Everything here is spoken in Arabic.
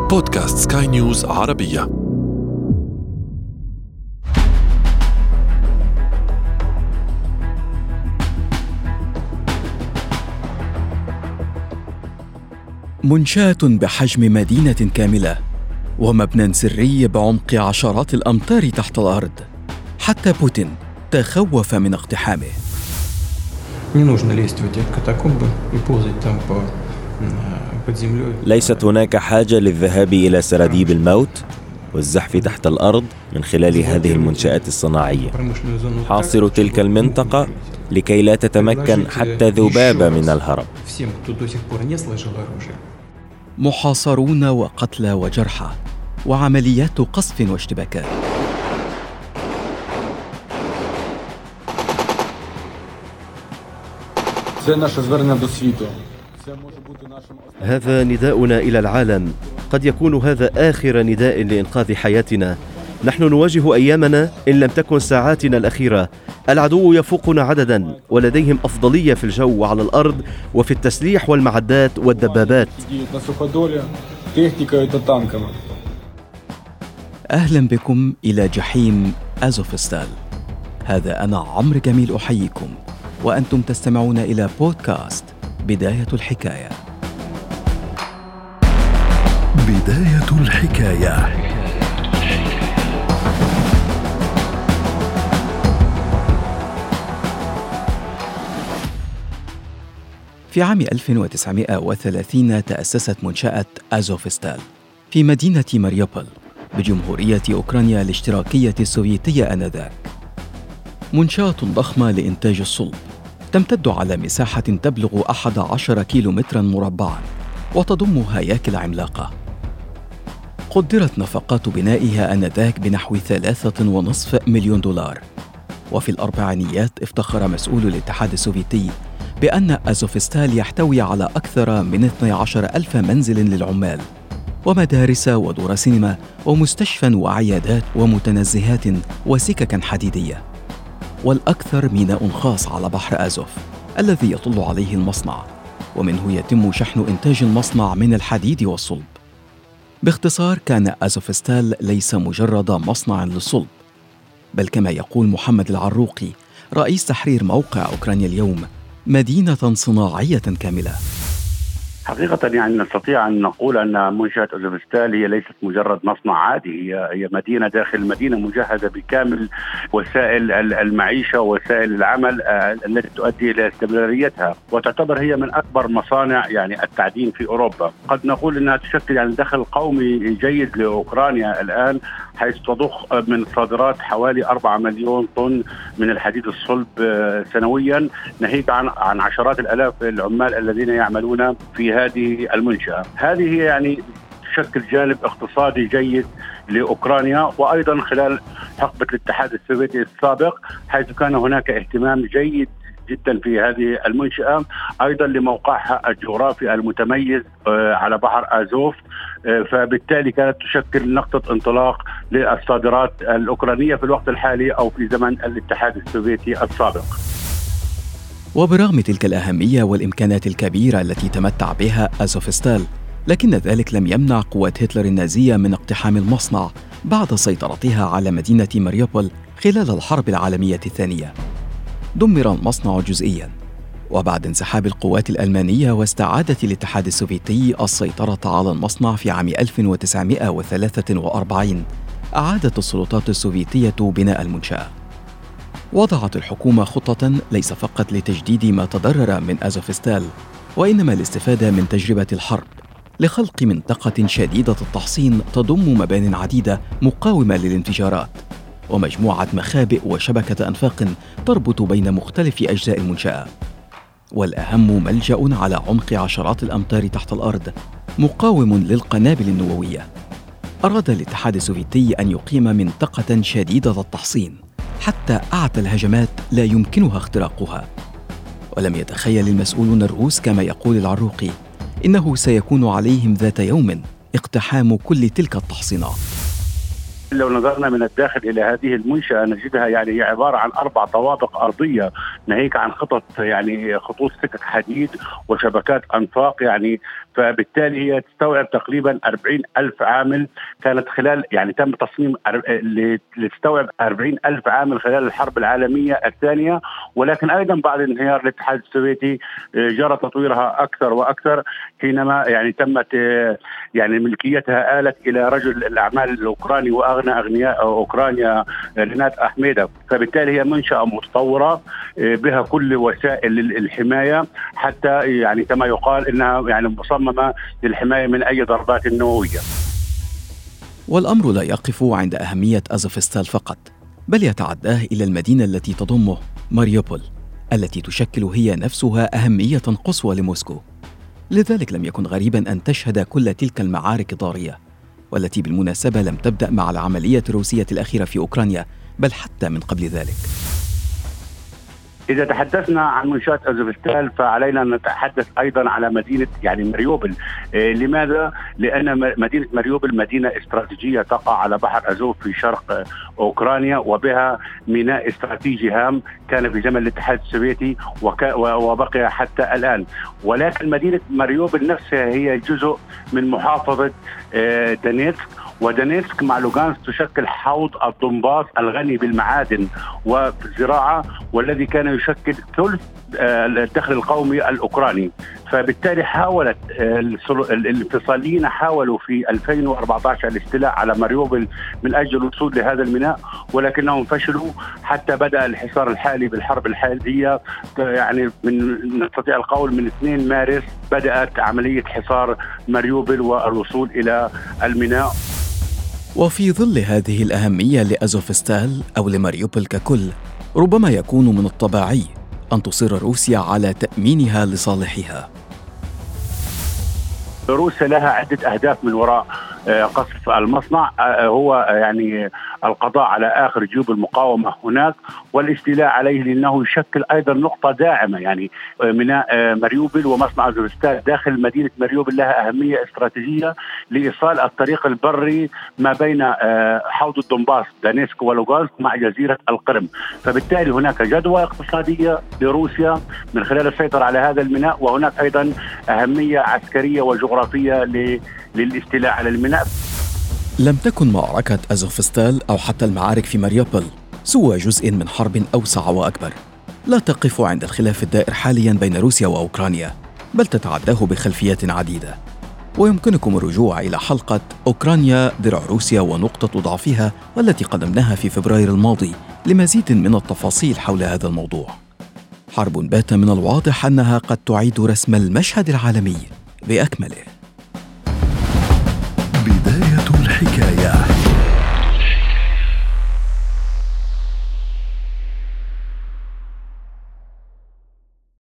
بودكاست سكاي نيوز عربية. منشأة بحجم مدينة كاملة ومبنى سري بعمق عشرات الأمتار تحت الأرض، حتى بوتين تخوف من اقتحامه. ليست هناك حاجة للذهاب إلى سراديب الموت والزحف تحت الأرض من خلال هذه المنشآت الصناعية. حاصر تلك المنطقة لكي لا تتمكن حتى ذبابة من الهرب. محاصرون وقتلى وجرحى وعمليات قصف واشتباكات. هذا نداؤنا إلى العالم. قد يكون هذا آخر نداء لإنقاذ حياتنا. نحن نواجه أيامنا إن لم تكن ساعاتنا الأخيرة. العدو يفوقنا عددا ولديهم أفضلية في الجو وعلى الأرض وفي التسليح والمعدات والدبابات. أهلا بكم إلى جحيم أزوفستال. هذا أنا عمرو جميل أحييكم، وأنتم تستمعون إلى بودكاست بداية الحكاية. بداية الحكاية. في عام 1930 تأسست منشأة أزوفستال في مدينة ماريوبول بجمهورية أوكرانيا الاشتراكية السوفيتية آنذاك. منشأة ضخمة لإنتاج الصلب تمتد على مساحة تبلغ 11 كيلومتراً مربعاً وتضم هياكل عملاقة. قدرت نفقات بنائها آنذاك بنحو 3.5 مليون دولار. وفي الأربعينيات افتخر مسؤول الاتحاد السوفيتي بأن أزوفستال يحتوي على أكثر من 12,000 منزل للعمال ومدارس ودور سينما ومستشفى وعيادات ومتنزهات وسككا حديدية، والأكثر ميناء خاص على بحر أزوف الذي يطل عليه المصنع، ومنه يتم شحن إنتاج المصنع من الحديد والصلب. باختصار، كان أزوفستال ليس مجرد مصنع للصلب، بل كما يقول محمد العروقي رئيس تحرير موقع أوكرانيا اليوم، مدينة صناعية كاملة. حقيقة يعني نستطيع أن نقول أن منشأة أزوفستال هي ليست مجرد مصنع عادي، هي مدينة داخل مدينة مجهزة بكامل وسائل المعيشة ووسائل العمل التي تؤدي إلى استمراريتها، وتعتبر هي من أكبر مصانع يعني التعدين في أوروبا. قد نقول أنها تشكل يعني دخل قومي جيد لأوكرانيا الآن، حيث تضخ من صادرات حوالي 4 مليون طن من الحديد الصلب سنويا، ناهيك عن عشرات الآلاف العمال الذين يعملون في هذه المنشأة. هذه هي يعني تشكل جانب اقتصادي جيد لأوكرانيا، وأيضا خلال حقبة الاتحاد السوفيتي السابق، حيث كان هناك اهتمام جيد جدا في هذه المنشأة، أيضا لموقعها الجغرافي المتميز على بحر أزوف، فبالتالي كانت تشكل نقطة انطلاق للصادرات الأوكرانية في الوقت الحالي أو في زمن الاتحاد السوفيتي السابق. وبرغم تلك الأهمية والإمكانات الكبيرة التي تمتع بها أزوفستال، لكن ذلك لم يمنع قوات هتلر النازية من اقتحام المصنع بعد سيطرتها على مدينة ماريوبول خلال الحرب العالمية الثانية. دمر المصنع جزئياً، وبعد انسحاب القوات الألمانية واستعادة الاتحاد السوفيتي السيطرة على المصنع في عام 1943، أعادت السلطات السوفيتية بناء المنشأة. وضعت الحكومة خطة ليس فقط لتجديد ما تضرر من أزوفستال، وإنما الاستفادة من تجربة الحرب لخلق منطقة شديدة التحصين تضم مبان عديدة مقاومة للانفجارات، ومجموعة مخابئ وشبكة أنفاق تربط بين مختلف أجزاء المنشأة، والأهم ملجأ على عمق عشرات الأمتار تحت الأرض مقاوم للقنابل النووية. أراد الاتحاد السوفيتي أن يقيم منطقة شديدة التحصين حتى أعتى الهجمات لا يمكنها اختراقها. ولم يتخيل المسؤولون الروس كما يقول العروقي إنه سيكون عليهم ذات يوم اقتحام كل تلك التحصينات. لو نظرنا من الداخل إلى هذه المنشأة نجدها يعني هي عبارة عن 4 طوابق أرضية، ناهيك عن خطوط سكك حديد وشبكات أنفاق يعني فبالتالي هي تستوعب تقريبا 40,000 عامل كانت خلال، يعني تم تصميم لتستوعب 40,000 عامل خلال الحرب العالمية الثانية. ولكن أيضا بعد انهيار الاتحاد السوفيتي جرى تطويرها أكثر وأكثر، حينما يعني تمت يعني ملكيتها آلت إلى رجل الأعمال الأوكراني وأغنى أغنياء أوكرانيا رينات أحميدوف. فبالتالي هي منشأة متطورة بها كل وسائل الحماية، حتى يعني كما يقال إنها يعني مصممة للحماية من أي ضربات نووية. والأمر لا يقف عند أهمية أزوفستال فقط، بل يتعداه إلى المدينة التي تضمه ماريوبول، التي تشكل هي نفسها أهمية قصوى لموسكو. لذلك لم يكن غريباً أن تشهد كل تلك المعارك الضارية، والتي بالمناسبة لم تبدأ مع العملية الروسية الأخيرة في أوكرانيا، بل حتى من قبل ذلك. إذا تحدثنا عن منشأة أزوفستال فعلينا أن نتحدث أيضا على مدينة يعني ماريوبول. لماذا؟ لأن مدينة ماريوبول مدينة استراتيجية تقع على بحر أزوف في شرق أوكرانيا، وبها ميناء استراتيجي هام كان في زمن الاتحاد السوفيتي وبقي حتى الآن. ولكن مدينة ماريوبول نفسها هي جزء من محافظة دونيتسك، ودونيتسك مع لوغانسك تشكل حوض الدنباس الغني بالمعادن والزراعة، والذي كان يشكل ثلث الدخل القومي الأوكراني. فبالتالي حاولت الانفصاليين حاولوا في 2014 الاستيلاء على ماريوبول من أجل الوصول لهذا الميناء، ولكنهم فشلوا حتى بدأ الحصار الحالي بالحرب الحالية. يعني نستطيع القول من 2 مارس بدأت عملية حصار ماريوبول والوصول إلى الميناء. وفي ظل هذه الأهمية لأزوفستال أو لماريوبول ككل، ربما يكون من الطبيعي أن تصر روسيا على تأمينها لصالحها. روسيا لها عدة أهداف من وراء قصف المصنع، هو يعني القضاء على آخر جيوب المقاومة هناك والاستيلاء عليه، لأنه يشكل أيضا نقطة داعمة. يعني ميناء ماريوبول ومصنع أزوفستال داخل مدينة ماريوبول لها أهمية استراتيجية لإيصال الطريق البري ما بين حوض الدنباس دونيتسك ولوغانسك مع جزيرة القرم. فبالتالي هناك جدوى اقتصادية لروسيا من خلال السيطرة على هذا الميناء، وهناك أيضا أهمية عسكرية وجغرافية للاستيلاء على الميناء. لم تكن معركة أزوفستال أو حتى المعارك في ماريوبول سوى جزء من حرب أوسع وأكبر، لا تقف عند الخلاف الدائر حالياً بين روسيا وأوكرانيا، بل تتعداه بخلفيات عديدة. ويمكنكم الرجوع إلى حلقة أوكرانيا درع روسيا ونقطة ضعفها والتي قدمناها في فبراير الماضي لمزيد من التفاصيل حول هذا الموضوع. حرب بات من الواضح أنها قد تعيد رسم المشهد العالمي بأكمله.